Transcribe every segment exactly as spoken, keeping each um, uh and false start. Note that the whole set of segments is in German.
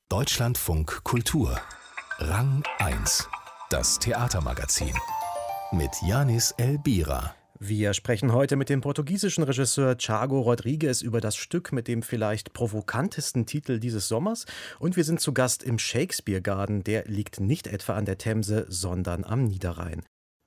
Deutschlandfunk Kultur. Rang eins. Das Theatermagazin. Mit Yanis Elbira. Wir sprechen heute mit dem portugiesischen Regisseur Thiago Rodrigues über das Stück mit dem vielleicht provokantesten Titel dieses Sommers. Und wir sind zu Gast im Shakespeare Garden. Der liegt nicht etwa an der Themse, sondern am Niederrhein.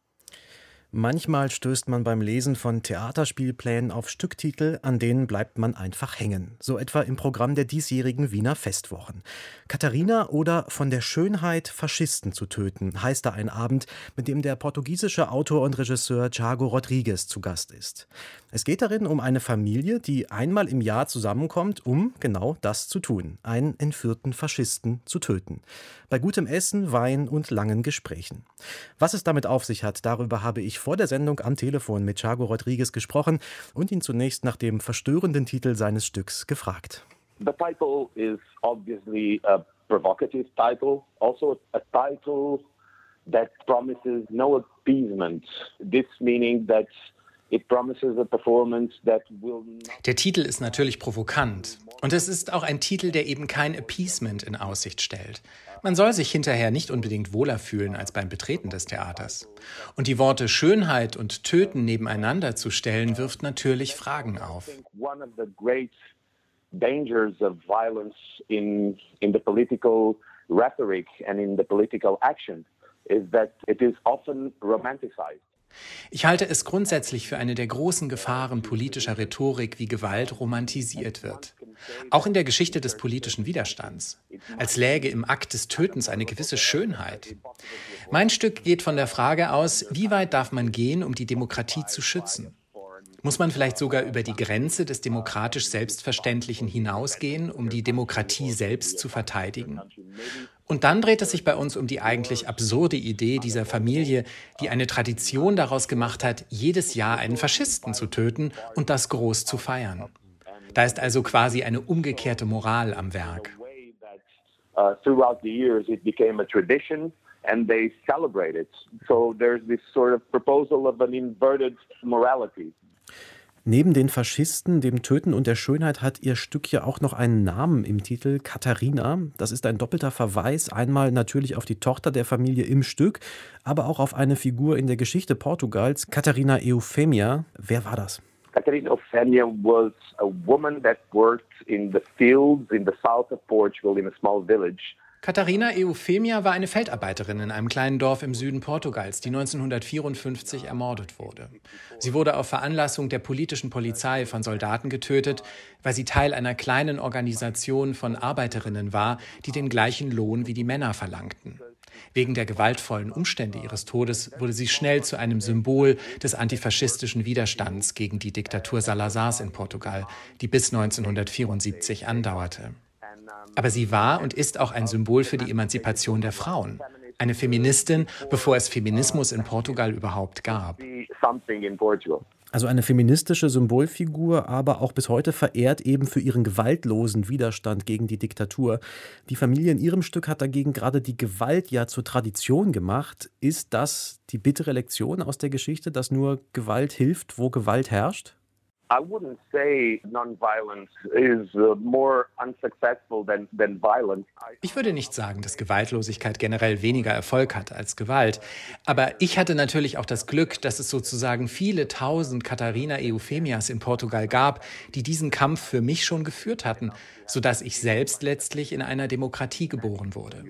Manchmal stößt man beim Lesen von Theaterspielplänen auf Stücktitel, an denen bleibt man einfach hängen. So etwa im Programm der diesjährigen Wiener Festwochen. Katharina oder Von der Schönheit, Faschisten zu töten, heißt da ein Abend, mit dem der portugiesische Autor und Regisseur Thiago Rodrigues zu Gast ist. Es geht darin um eine Familie, die einmal im Jahr zusammenkommt, um genau das zu tun, einen entführten Faschisten zu töten. Bei gutem Essen, Wein und langen Gesprächen. Was es damit auf sich hat, darüber habe ich vor der Sendung am Telefon mit Thiago Rodrigues gesprochen und ihn zunächst nach dem verstörenden Titel seines Stücks gefragt. The title is obviously a provocative title, also a title that promises no appeasement. This meaning that it promises a performance that will not... Der Titel ist natürlich provokant. Und es ist auch ein Titel, der eben kein Appeasement in Aussicht stellt. Man soll sich hinterher nicht unbedingt wohler fühlen als beim Betreten des Theaters. Und die Worte Schönheit und Töten nebeneinander zu stellen, wirft natürlich Fragen auf. One of the great dangers of violence in, in the political rhetoric and in the political action is that it is often romanticized. Ich halte es grundsätzlich für eine der großen Gefahren politischer Rhetorik, wie Gewalt romantisiert wird. Auch in der Geschichte des politischen Widerstands. Als läge im Akt des Tötens eine gewisse Schönheit. Mein Stück geht von der Frage aus, wie weit darf man gehen, um die Demokratie zu schützen? Muss man vielleicht sogar über die Grenze des demokratisch Selbstverständlichen hinausgehen, um die Demokratie selbst zu verteidigen? Und dann dreht es sich bei uns um die eigentlich absurde Idee dieser Familie, die eine Tradition daraus gemacht hat, jedes Jahr einen Faschisten zu töten und das groß zu feiern. Da ist also quasi eine umgekehrte Moral am Werk. Uh, throughout the years it became a tradition and they celebrate it. So there's this sort of proposal of an inverted morality. Neben den Faschisten, dem Töten und der Schönheit hat ihr Stück ja auch noch einen Namen im Titel, Katharina. Das ist ein doppelter Verweis, einmal natürlich auf die Tochter der Familie im Stück, aber auch auf eine Figur in der Geschichte Portugals, Catarina Eufemia. Wer war das? Catarina Eufemia was a woman that worked in the fields in the south of Portugal in a small village. Catarina Eufemia war eine Feldarbeiterin in einem kleinen Dorf im Süden Portugals, die neunzehnhundertvierundfünfzig ermordet wurde. Sie wurde auf Veranlassung der politischen Polizei von Soldaten getötet, weil sie Teil einer kleinen Organisation von Arbeiterinnen war, die den gleichen Lohn wie die Männer verlangten. Wegen der gewaltvollen Umstände ihres Todes wurde sie schnell zu einem Symbol des antifaschistischen Widerstands gegen die Diktatur Salazars in Portugal, die bis neunzehnhundertvierundsiebzig andauerte. Aber sie war und ist auch ein Symbol für die Emanzipation der Frauen. Eine Feministin, bevor es Feminismus in Portugal überhaupt gab. Also eine feministische Symbolfigur, aber auch bis heute verehrt eben für ihren gewaltlosen Widerstand gegen die Diktatur. Die Familie in ihrem Stück hat dagegen gerade die Gewalt ja zur Tradition gemacht. Ist das die bittere Lektion aus der Geschichte, dass nur Gewalt hilft, wo Gewalt herrscht? I wouldn't say non-violence is uh, more unsuccessful than, than violence. Ich würde nicht sagen, dass Gewaltlosigkeit generell weniger Erfolg hat als Gewalt. Aber ich hatte natürlich auch das Glück, dass es sozusagen viele tausend Catarina Eufemias in Portugal gab, die diesen Kampf für mich schon geführt hatten, sodass ich selbst letztlich in einer Demokratie geboren wurde.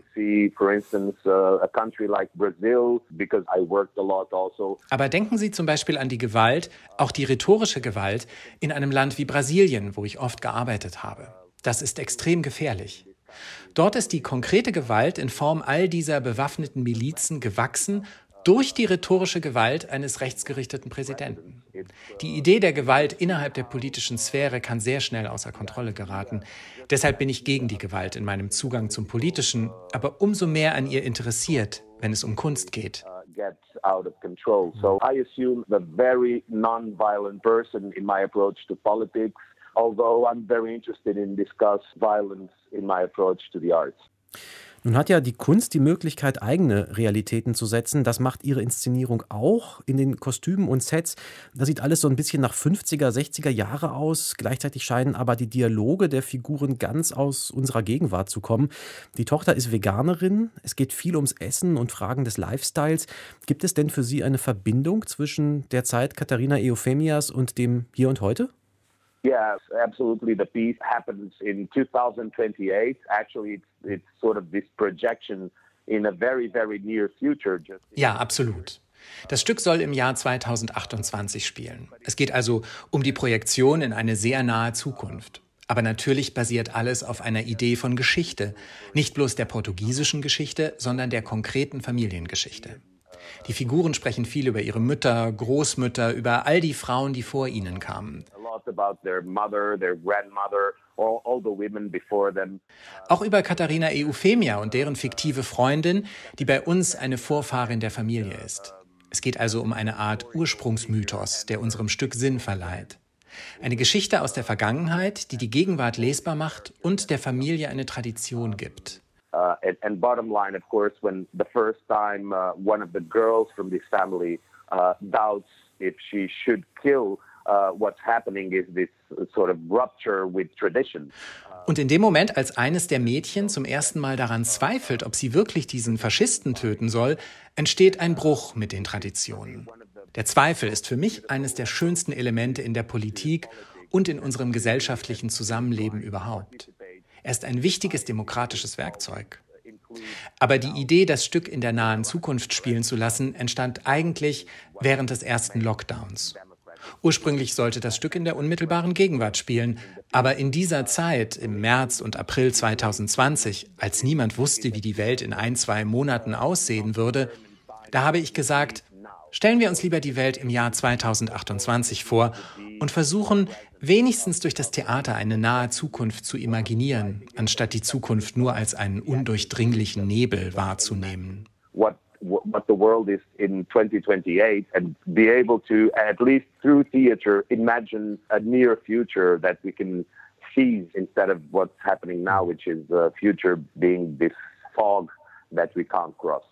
Aber denken Sie zum Beispiel an die Gewalt, auch die rhetorische Gewalt, in einem Land wie Brasilien, wo ich oft gearbeitet habe. Das ist extrem gefährlich. Dort ist die konkrete Gewalt in Form all dieser bewaffneten Milizen gewachsen durch die rhetorische Gewalt eines rechtsgerichteten Präsidenten. Die Idee der Gewalt innerhalb der politischen Sphäre kann sehr schnell außer Kontrolle geraten. Deshalb bin ich gegen die Gewalt in meinem Zugang zum Politischen, aber umso mehr an ihr interessiert, wenn es um Kunst geht. Gets out of control. So I assume a very non-violent person in my approach to politics, although I'm very interested in discuss violence in my approach to the arts. Nun hat ja die Kunst die Möglichkeit, eigene Realitäten zu setzen. Das macht Ihre Inszenierung auch in den Kostümen und Sets. Da sieht alles so ein bisschen nach fünfziger, sechziger Jahre aus. Gleichzeitig scheinen aber die Dialoge der Figuren ganz aus unserer Gegenwart zu kommen. Die Tochter ist Veganerin. Es geht viel ums Essen und Fragen des Lifestyles. Gibt es denn für Sie eine Verbindung zwischen der Zeit Katharina Eufemias und dem Hier und Heute? Yes, absolutely. The piece happens in two thousand twenty-eight. Actually, it's, it's sort of this projection in a very, very near future. Ja, absolut. Das Stück soll im Jahr zweitausendachtundzwanzig spielen. Es geht also um die Projektion in eine sehr nahe Zukunft. Aber natürlich basiert alles auf einer Idee von Geschichte. Nicht bloß der portugiesischen Geschichte, sondern der konkreten Familiengeschichte. Die Figuren sprechen viel über ihre Mütter, Großmütter, über all die Frauen, die vor ihnen kamen. Auch über Katharina Eufemia und deren fiktive Freundin, die bei uns eine Vorfahrin der Familie ist. Es geht also um eine Art Ursprungsmythos, der unserem Stück Sinn verleiht. Eine Geschichte aus der Vergangenheit, die die Gegenwart lesbar macht und der Familie eine Tradition gibt. Uh, and, and bottom line, of course, when the first time uh, one of the girls from this family uh, doubts if she should kill, uh, what's happening is this sort of rupture with tradition. Und in dem Moment, als eines der Mädchen zum ersten Mal daran zweifelt, ob sie wirklich diesen Faschisten töten soll, entsteht ein Bruch mit den Traditionen. Der Zweifel ist für mich eines der schönsten Elemente in der Politik und in unserem gesellschaftlichen Zusammenleben überhaupt. Er ist ein wichtiges demokratisches Werkzeug. Aber die Idee, das Stück in der nahen Zukunft spielen zu lassen, entstand eigentlich während des ersten Lockdowns. Ursprünglich sollte das Stück in der unmittelbaren Gegenwart spielen, aber in dieser Zeit, im März und April zweitausendzwanzig, als niemand wusste, wie die Welt in ein, zwei Monaten aussehen würde, da habe ich gesagt, stellen wir uns lieber die Welt im Jahr zweitausendachtundzwanzig vor und versuchen, wenigstens durch das Theater eine nahe Zukunft zu imaginieren, anstatt die Zukunft nur als einen undurchdringlichen Nebel wahrzunehmen. What, what the world is in twenty twenty-eight and be able to, at least through theater, imagine a near future that we can seize instead of what's happening now, which is the future being this fog that we can't cross.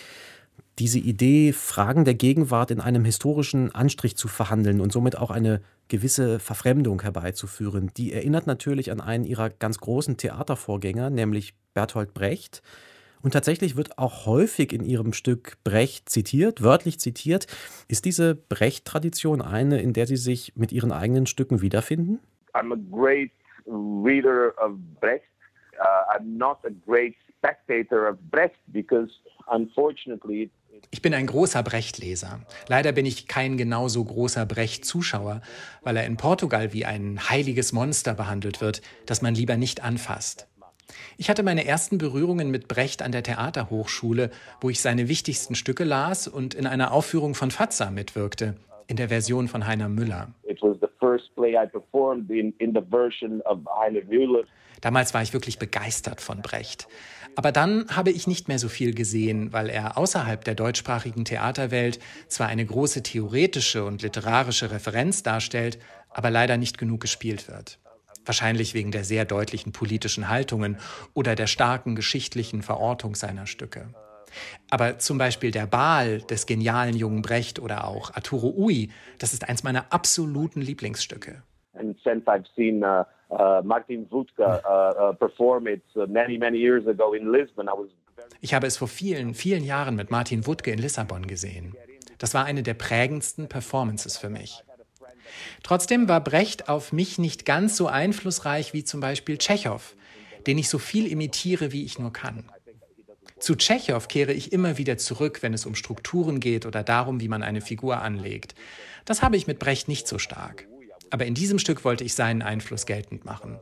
Diese Idee, Fragen der Gegenwart in einem historischen Anstrich zu verhandeln und somit auch eine gewisse Verfremdung herbeizuführen, die erinnert natürlich an einen ihrer ganz großen Theatervorgänger, nämlich Bertolt Brecht. Und tatsächlich wird auch häufig in ihrem Stück Brecht zitiert, wörtlich zitiert. Ist diese Brecht-Tradition eine, in der Sie sich mit Ihren eigenen Stücken wiederfinden? I'm a great reader of Brecht. Uh, I'm not a great spectator of Brecht because unfortunately Ich bin ein großer Brecht-Leser. Leider bin ich kein genauso großer Brecht-Zuschauer, weil er in Portugal wie ein heiliges Monster behandelt wird, das man lieber nicht anfasst. Ich hatte meine ersten Berührungen mit Brecht an der Theaterhochschule, wo ich seine wichtigsten Stücke las und in einer Aufführung von Fazza mitwirkte, in der Version von Heiner Müller. It was the first play I performed in, in the version of Heiner Müller. Damals war ich wirklich begeistert von Brecht. Aber dann habe ich nicht mehr so viel gesehen, weil er außerhalb der deutschsprachigen Theaterwelt zwar eine große theoretische und literarische Referenz darstellt, aber leider nicht genug gespielt wird. Wahrscheinlich wegen der sehr deutlichen politischen Haltungen oder der starken geschichtlichen Verortung seiner Stücke. Aber zum Beispiel der Baal des genialen jungen Brecht oder auch Arturo Ui, das ist eins meiner absoluten Lieblingsstücke. And since I've seen uh, uh, Martin Wuttke uh, uh, perform it uh, many, many years ago in Lisbon, I was Ich habe es vor vielen, vielen Jahren mit Martin Wuttke in Lissabon gesehen. Das war eine der prägendsten Performances für mich. Trotzdem war Brecht auf mich nicht ganz so einflussreich wie zum Beispiel Tschechow, den ich so viel imitiere, wie ich nur kann. Zu Tschechow kehre ich immer wieder zurück, wenn es um Strukturen geht oder darum, wie man eine Figur anlegt. Das habe ich mit Brecht nicht so stark. Aber in diesem Stück wollte ich seinen Einfluss geltend machen.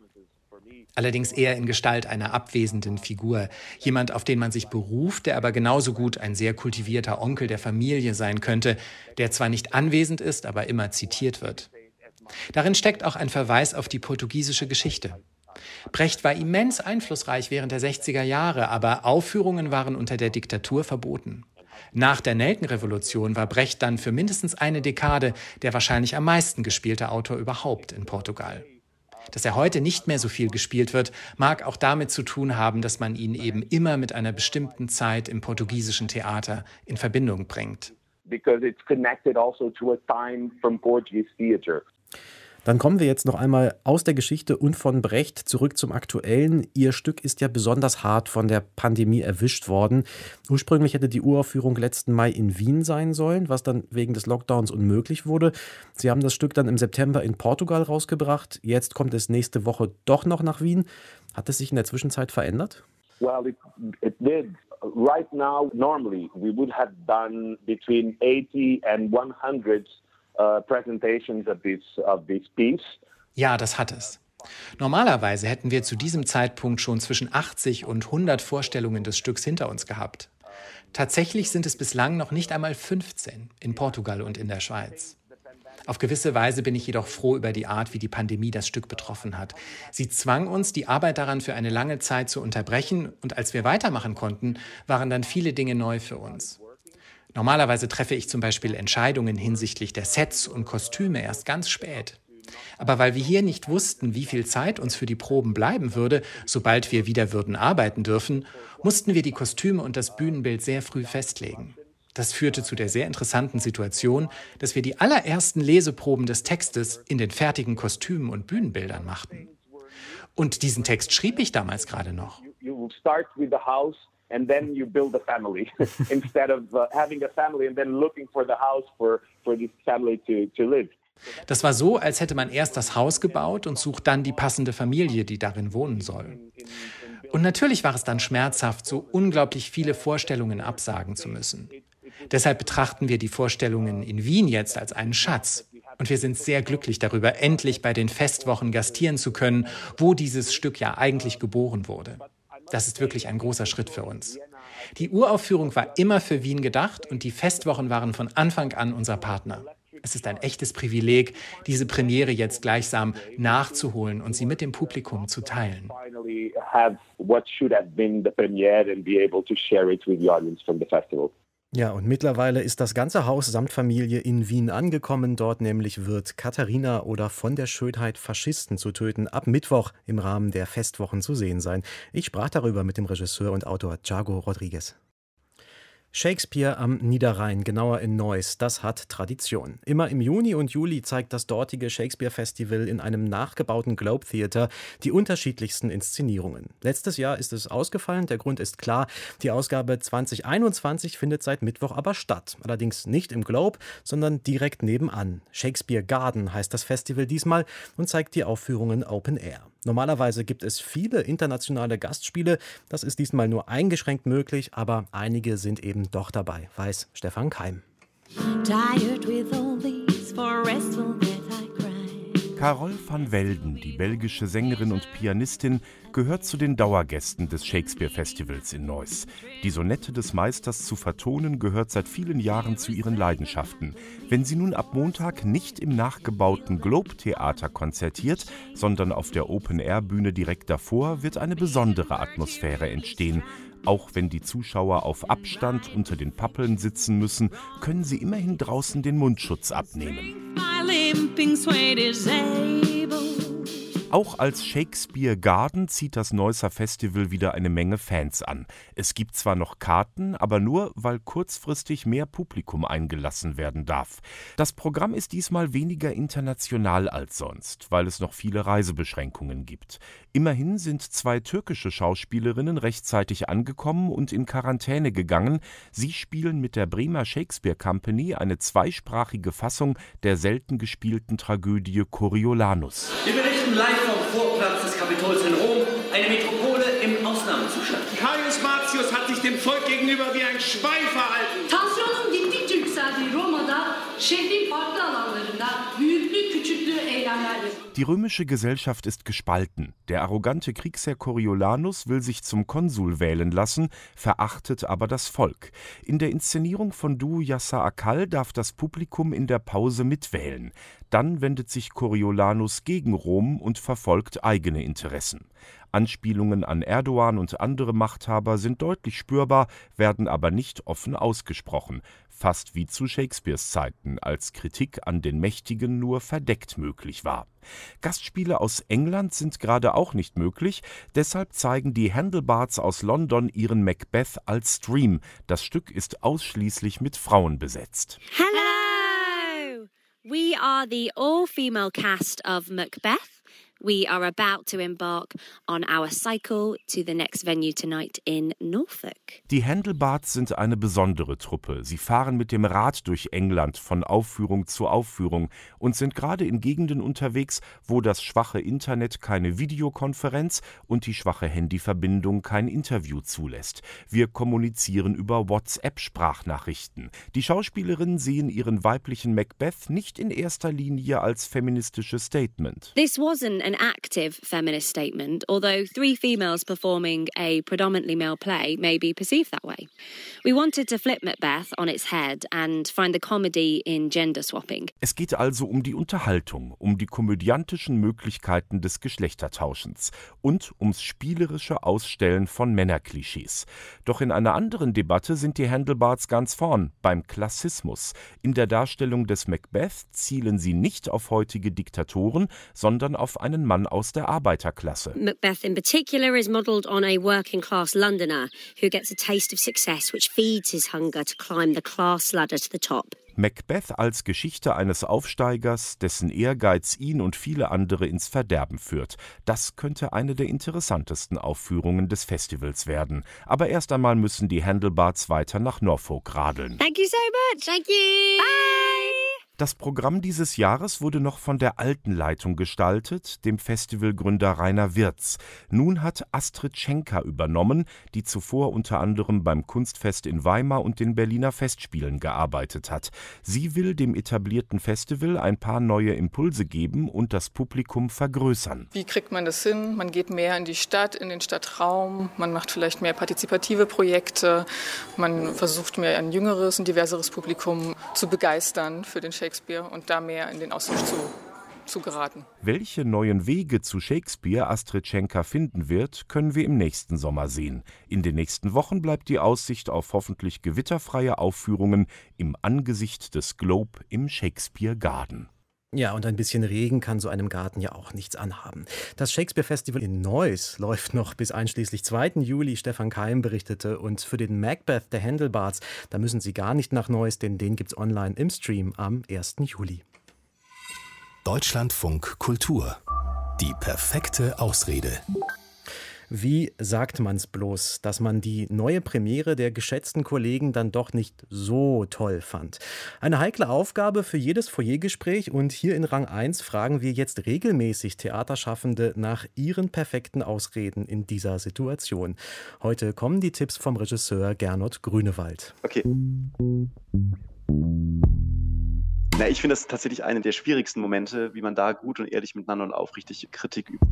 Allerdings eher in Gestalt einer abwesenden Figur. Jemand, auf den man sich beruft, der aber genauso gut ein sehr kultivierter Onkel der Familie sein könnte, der zwar nicht anwesend ist, aber immer zitiert wird. Darin steckt auch ein Verweis auf die portugiesische Geschichte. Brecht war immens einflussreich während der sechziger Jahre, aber Aufführungen waren unter der Diktatur verboten. Nach der Nelkenrevolution war Brecht dann für mindestens eine Dekade der wahrscheinlich am meisten gespielte Autor überhaupt in Portugal. Dass er heute nicht mehr so viel gespielt wird, mag auch damit zu tun haben, dass man ihn eben immer mit einer bestimmten Zeit im portugiesischen Theater in Verbindung bringt. Because it's connected also to a time from Portuguese theater. Dann kommen wir jetzt noch einmal aus der Geschichte und von Brecht zurück zum Aktuellen. Ihr Stück ist ja besonders hart von der Pandemie erwischt worden. Ursprünglich hätte die Uraufführung letzten Mai in Wien sein sollen, was dann wegen des Lockdowns unmöglich wurde. Sie haben das Stück dann im September in Portugal rausgebracht. Jetzt kommt es nächste Woche doch noch nach Wien. Hat es sich in der Zwischenzeit verändert? Well, it, it did. Right now, normally, we would have done between eighty and one hundred Uh, presentations of this, of this piece. Ja, das hat es. Normalerweise hätten wir zu diesem Zeitpunkt schon zwischen achtzig und hundert Vorstellungen des Stücks hinter uns gehabt. Tatsächlich sind es bislang noch nicht einmal fünfzehn in Portugal und in der Schweiz. Auf gewisse Weise bin ich jedoch froh über die Art, wie die Pandemie das Stück betroffen hat. Sie zwang uns, die Arbeit daran für eine lange Zeit zu unterbrechen, und als wir weitermachen konnten, waren dann viele Dinge neu für uns. Normalerweise treffe ich zum Beispiel Entscheidungen hinsichtlich der Sets und Kostüme erst ganz spät. Aber weil wir hier nicht wussten, wie viel Zeit uns für die Proben bleiben würde, sobald wir wieder würden arbeiten dürfen, mussten wir die Kostüme und das Bühnenbild sehr früh festlegen. Das führte zu der sehr interessanten Situation, dass wir die allerersten Leseproben des Textes in den fertigen Kostümen und Bühnenbildern machten. Und diesen Text schrieb ich damals gerade noch. You start with the house. And then you build a family instead of uh, having a family and then looking for the house for, for this family to, to live. Das war so, als hätte man erst das Haus gebaut und sucht dann die passende Familie, die darin wohnen soll. Und natürlich war es dann schmerzhaft, so unglaublich viele Vorstellungen absagen zu müssen. Deshalb betrachten wir die Vorstellungen in Wien jetzt als einen Schatz. Und wir sind sehr glücklich darüber, endlich bei den Festwochen gastieren zu können, wo dieses Stück ja eigentlich geboren wurde. Das ist wirklich ein großer Schritt für uns. Die Uraufführung war immer für Wien gedacht und die Festwochen waren von Anfang an unser Partner. Es ist ein echtes Privileg, diese Premiere jetzt gleichsam nachzuholen und sie mit dem Publikum zu teilen. Ja, und mittlerweile ist das ganze Haus samt Familie in Wien angekommen. Dort nämlich wird Katharina oder von der Schönheit Faschisten zu töten ab Mittwoch im Rahmen der Festwochen zu sehen sein. Ich sprach darüber mit dem Regisseur und Autor Thiago Rodrigues. Shakespeare am Niederrhein, genauer in Neuss, das hat Tradition. Immer im Juni und Juli zeigt das dortige Shakespeare-Festival in einem nachgebauten Globe Theater die unterschiedlichsten Inszenierungen. Letztes Jahr ist es ausgefallen, der Grund ist klar. Die Ausgabe zwanzig einundzwanzig findet seit Mittwoch aber statt. Allerdings nicht im Globe, sondern direkt nebenan. Shakespeare Garden heißt das Festival diesmal und zeigt die Aufführungen Open Air. Normalerweise gibt es viele internationale Gastspiele. Das ist diesmal nur eingeschränkt möglich, aber einige sind eben doch dabei, weiß Stefan Keim. Carol van Welden, die belgische Sängerin und Pianistin, gehört zu den Dauergästen des Shakespeare-Festivals in Neuss. Die Sonette des Meisters zu vertonen, gehört seit vielen Jahren zu ihren Leidenschaften. Wenn sie nun ab Montag nicht im nachgebauten Globe-Theater konzertiert, sondern auf der Open-Air-Bühne direkt davor, wird eine besondere Atmosphäre entstehen. Auch wenn die Zuschauer auf Abstand unter den Pappeln sitzen müssen, können sie immerhin draußen den Mundschutz abnehmen. Auch als Shakespeare Garden zieht das Neusser Festival wieder eine Menge Fans an. Es gibt zwar noch Karten, aber nur, weil kurzfristig mehr Publikum eingelassen werden darf. Das Programm ist diesmal weniger international als sonst, weil es noch viele Reisebeschränkungen gibt. Immerhin sind zwei türkische Schauspielerinnen rechtzeitig angekommen und in Quarantäne gegangen. Sie spielen mit der Bremer Shakespeare Company eine zweisprachige Fassung der selten gespielten Tragödie Coriolanus. Wir berichten live vom Vorplatz des Kapitols in Rom, eine Metropole im Ausnahmezustand. Caius Marcius hat sich dem Volk gegenüber wie ein Schwein verhalten. Tansiyonun gittikçe yükseldiği Roma'da şehrin farklı alanlarında büyüklü küçüklü eylemler. Die römische Gesellschaft ist gespalten. Der arrogante Kriegsherr Coriolanus will sich zum Konsul wählen lassen, verachtet aber das Volk. In der Inszenierung von Dou Yassa Akal darf das Publikum in der Pause mitwählen. Dann wendet sich Coriolanus gegen Rom und verfolgt eigene Interessen. Anspielungen an Erdogan und andere Machthaber sind deutlich spürbar, werden aber nicht offen ausgesprochen. fast wie zu Shakespeares Zeiten, als Kritik an den Mächtigen nur verdeckt möglich war. Gastspiele aus England sind gerade auch nicht möglich, deshalb zeigen die Handlebars aus London ihren Macbeth als Stream. Das Stück ist ausschließlich mit Frauen besetzt. Hello! We are the all-female cast of Macbeth. We are about to embark on our cycle to the next venue tonight in Norfolk. Die Handlebars sind eine besondere Truppe. Sie fahren mit dem Rad durch England von Aufführung zu Aufführung und sind gerade in Gegenden unterwegs, wo das schwache Internet keine Videokonferenz und die schwache Handyverbindung kein Interview zulässt. Wir kommunizieren über WhatsApp-Sprachnachrichten. Die Schauspielerinnen sehen ihren weiblichen Macbeth nicht in erster Linie als feministisches Statement. This wasn't an active feminist statement, although three females performing a predominantly male play may be perceived that way. We wanted to flip Macbeth on its head and find the comedy in gender swapping. Es geht also um die Unterhaltung, um die komödiantischen Möglichkeiten des Geschlechtertauschens und ums spielerische Ausstellen von Männerklischees. Doch in einer anderen Debatte sind die Handlebars ganz vorn, beim Klassismus. In der Darstellung des Macbeth zielen sie nicht auf heutige Diktatoren, sondern auf einen Mann aus der Arbeiterklasse. Macbeth in particular is modelled on a working-class Londoner who gets a taste of success which feeds his hunger to climb the class ladder to the top. Macbeth als Geschichte eines Aufsteigers, dessen Ehrgeiz ihn und viele andere ins Verderben führt. Das könnte eine der interessantesten Aufführungen des Festivals werden. Aber erst einmal müssen die Handlebars weiter nach Norfolk radeln. Thank you so much. Thank you. Bye. Das Programm dieses Jahres wurde noch von der alten Leitung gestaltet, dem Festivalgründer Rainer Wirz. Nun hat Astrid Schenker übernommen, die zuvor unter anderem beim Kunstfest in Weimar und den Berliner Festspielen gearbeitet hat. Sie will dem etablierten Festival ein paar neue Impulse geben und das Publikum vergrößern. Wie kriegt man das hin? Man geht mehr in die Stadt, in den Stadtraum, man macht vielleicht mehr partizipative Projekte, man versucht mehr ein jüngeres und diverseres Publikum zu begeistern für den Shakespeare und da mehr in den Austausch zu, zu geraten. Welche neuen Wege zu Shakespeare Astrid Schenker finden wird, können wir im nächsten Sommer sehen. In den nächsten Wochen bleibt die Aussicht auf hoffentlich gewitterfreie Aufführungen im Angesicht des Globe im Shakespeare Garden. Ja, und ein bisschen Regen kann so einem Garten ja auch nichts anhaben. Das Shakespeare-Festival in Neuss läuft noch bis einschließlich zweiten Juli, Stefan Keim berichtete. Und für den Macbeth der Handlebars, da müssen Sie gar nicht nach Neuss, denn den gibt's online im Stream am ersten Juli. Deutschlandfunk Kultur. Die perfekte Ausrede. Wie sagt man's bloß, dass man die neue Premiere der geschätzten Kollegen dann doch nicht so toll fand? Eine heikle Aufgabe für jedes Foyergespräch, und hier in Rang eins fragen wir jetzt regelmäßig Theaterschaffende nach ihren perfekten Ausreden in dieser Situation. Heute kommen die Tipps vom Regisseur Gernot Grünewald. Okay. Na, ich finde das tatsächlich einen der schwierigsten Momente, wie man da gut und ehrlich miteinander und aufrichtig Kritik übt.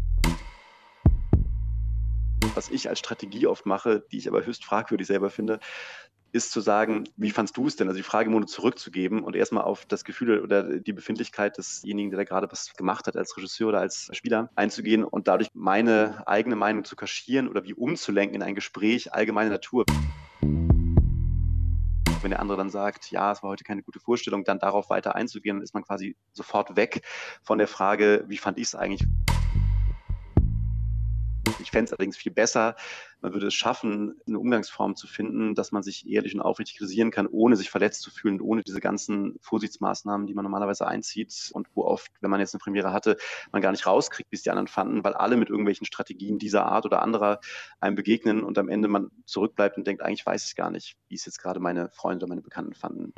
Was ich als Strategie oft mache, die ich aber höchst fragwürdig selber finde, ist zu sagen, wie fandst du es denn? Also die Frage im Grunde zurückzugeben und erstmal auf das Gefühl oder die Befindlichkeit desjenigen, der da gerade was gemacht hat als Regisseur oder als Spieler, einzugehen und dadurch meine eigene Meinung zu kaschieren oder wie umzulenken in ein Gespräch allgemeiner Natur. Wenn der andere dann sagt, ja, es war heute keine gute Vorstellung, dann darauf weiter einzugehen, dann ist man quasi sofort weg von der Frage, wie fand ich es eigentlich? Ich fände es allerdings viel besser, man würde es schaffen, eine Umgangsform zu finden, dass man sich ehrlich und aufrichtig kritisieren kann, ohne sich verletzt zu fühlen, ohne diese ganzen Vorsichtsmaßnahmen, die man normalerweise einzieht und wo oft, wenn man jetzt eine Premiere hatte, man gar nicht rauskriegt, wie es die anderen fanden, weil alle mit irgendwelchen Strategien dieser Art oder anderer einem begegnen und am Ende man zurückbleibt und denkt, eigentlich weiß ich gar nicht, wie es jetzt gerade meine Freunde oder meine Bekannten fanden.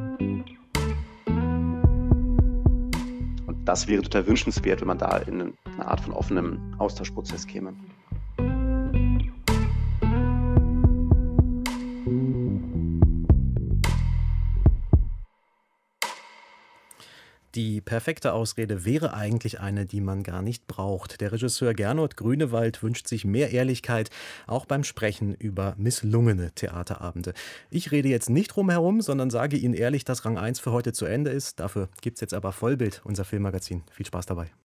Und das wäre total wünschenswert, wenn man da in eine Art von offenem Austauschprozess käme. Die perfekte Ausrede wäre eigentlich eine, die man gar nicht braucht. Der Regisseur Gernot Grünewald wünscht sich mehr Ehrlichkeit, auch beim Sprechen über misslungene Theaterabende. Ich rede jetzt nicht drumherum, sondern sage Ihnen ehrlich, dass Rang eins für heute zu Ende ist. Dafür gibt's jetzt aber Vollbild, unser Filmmagazin. Viel Spaß dabei.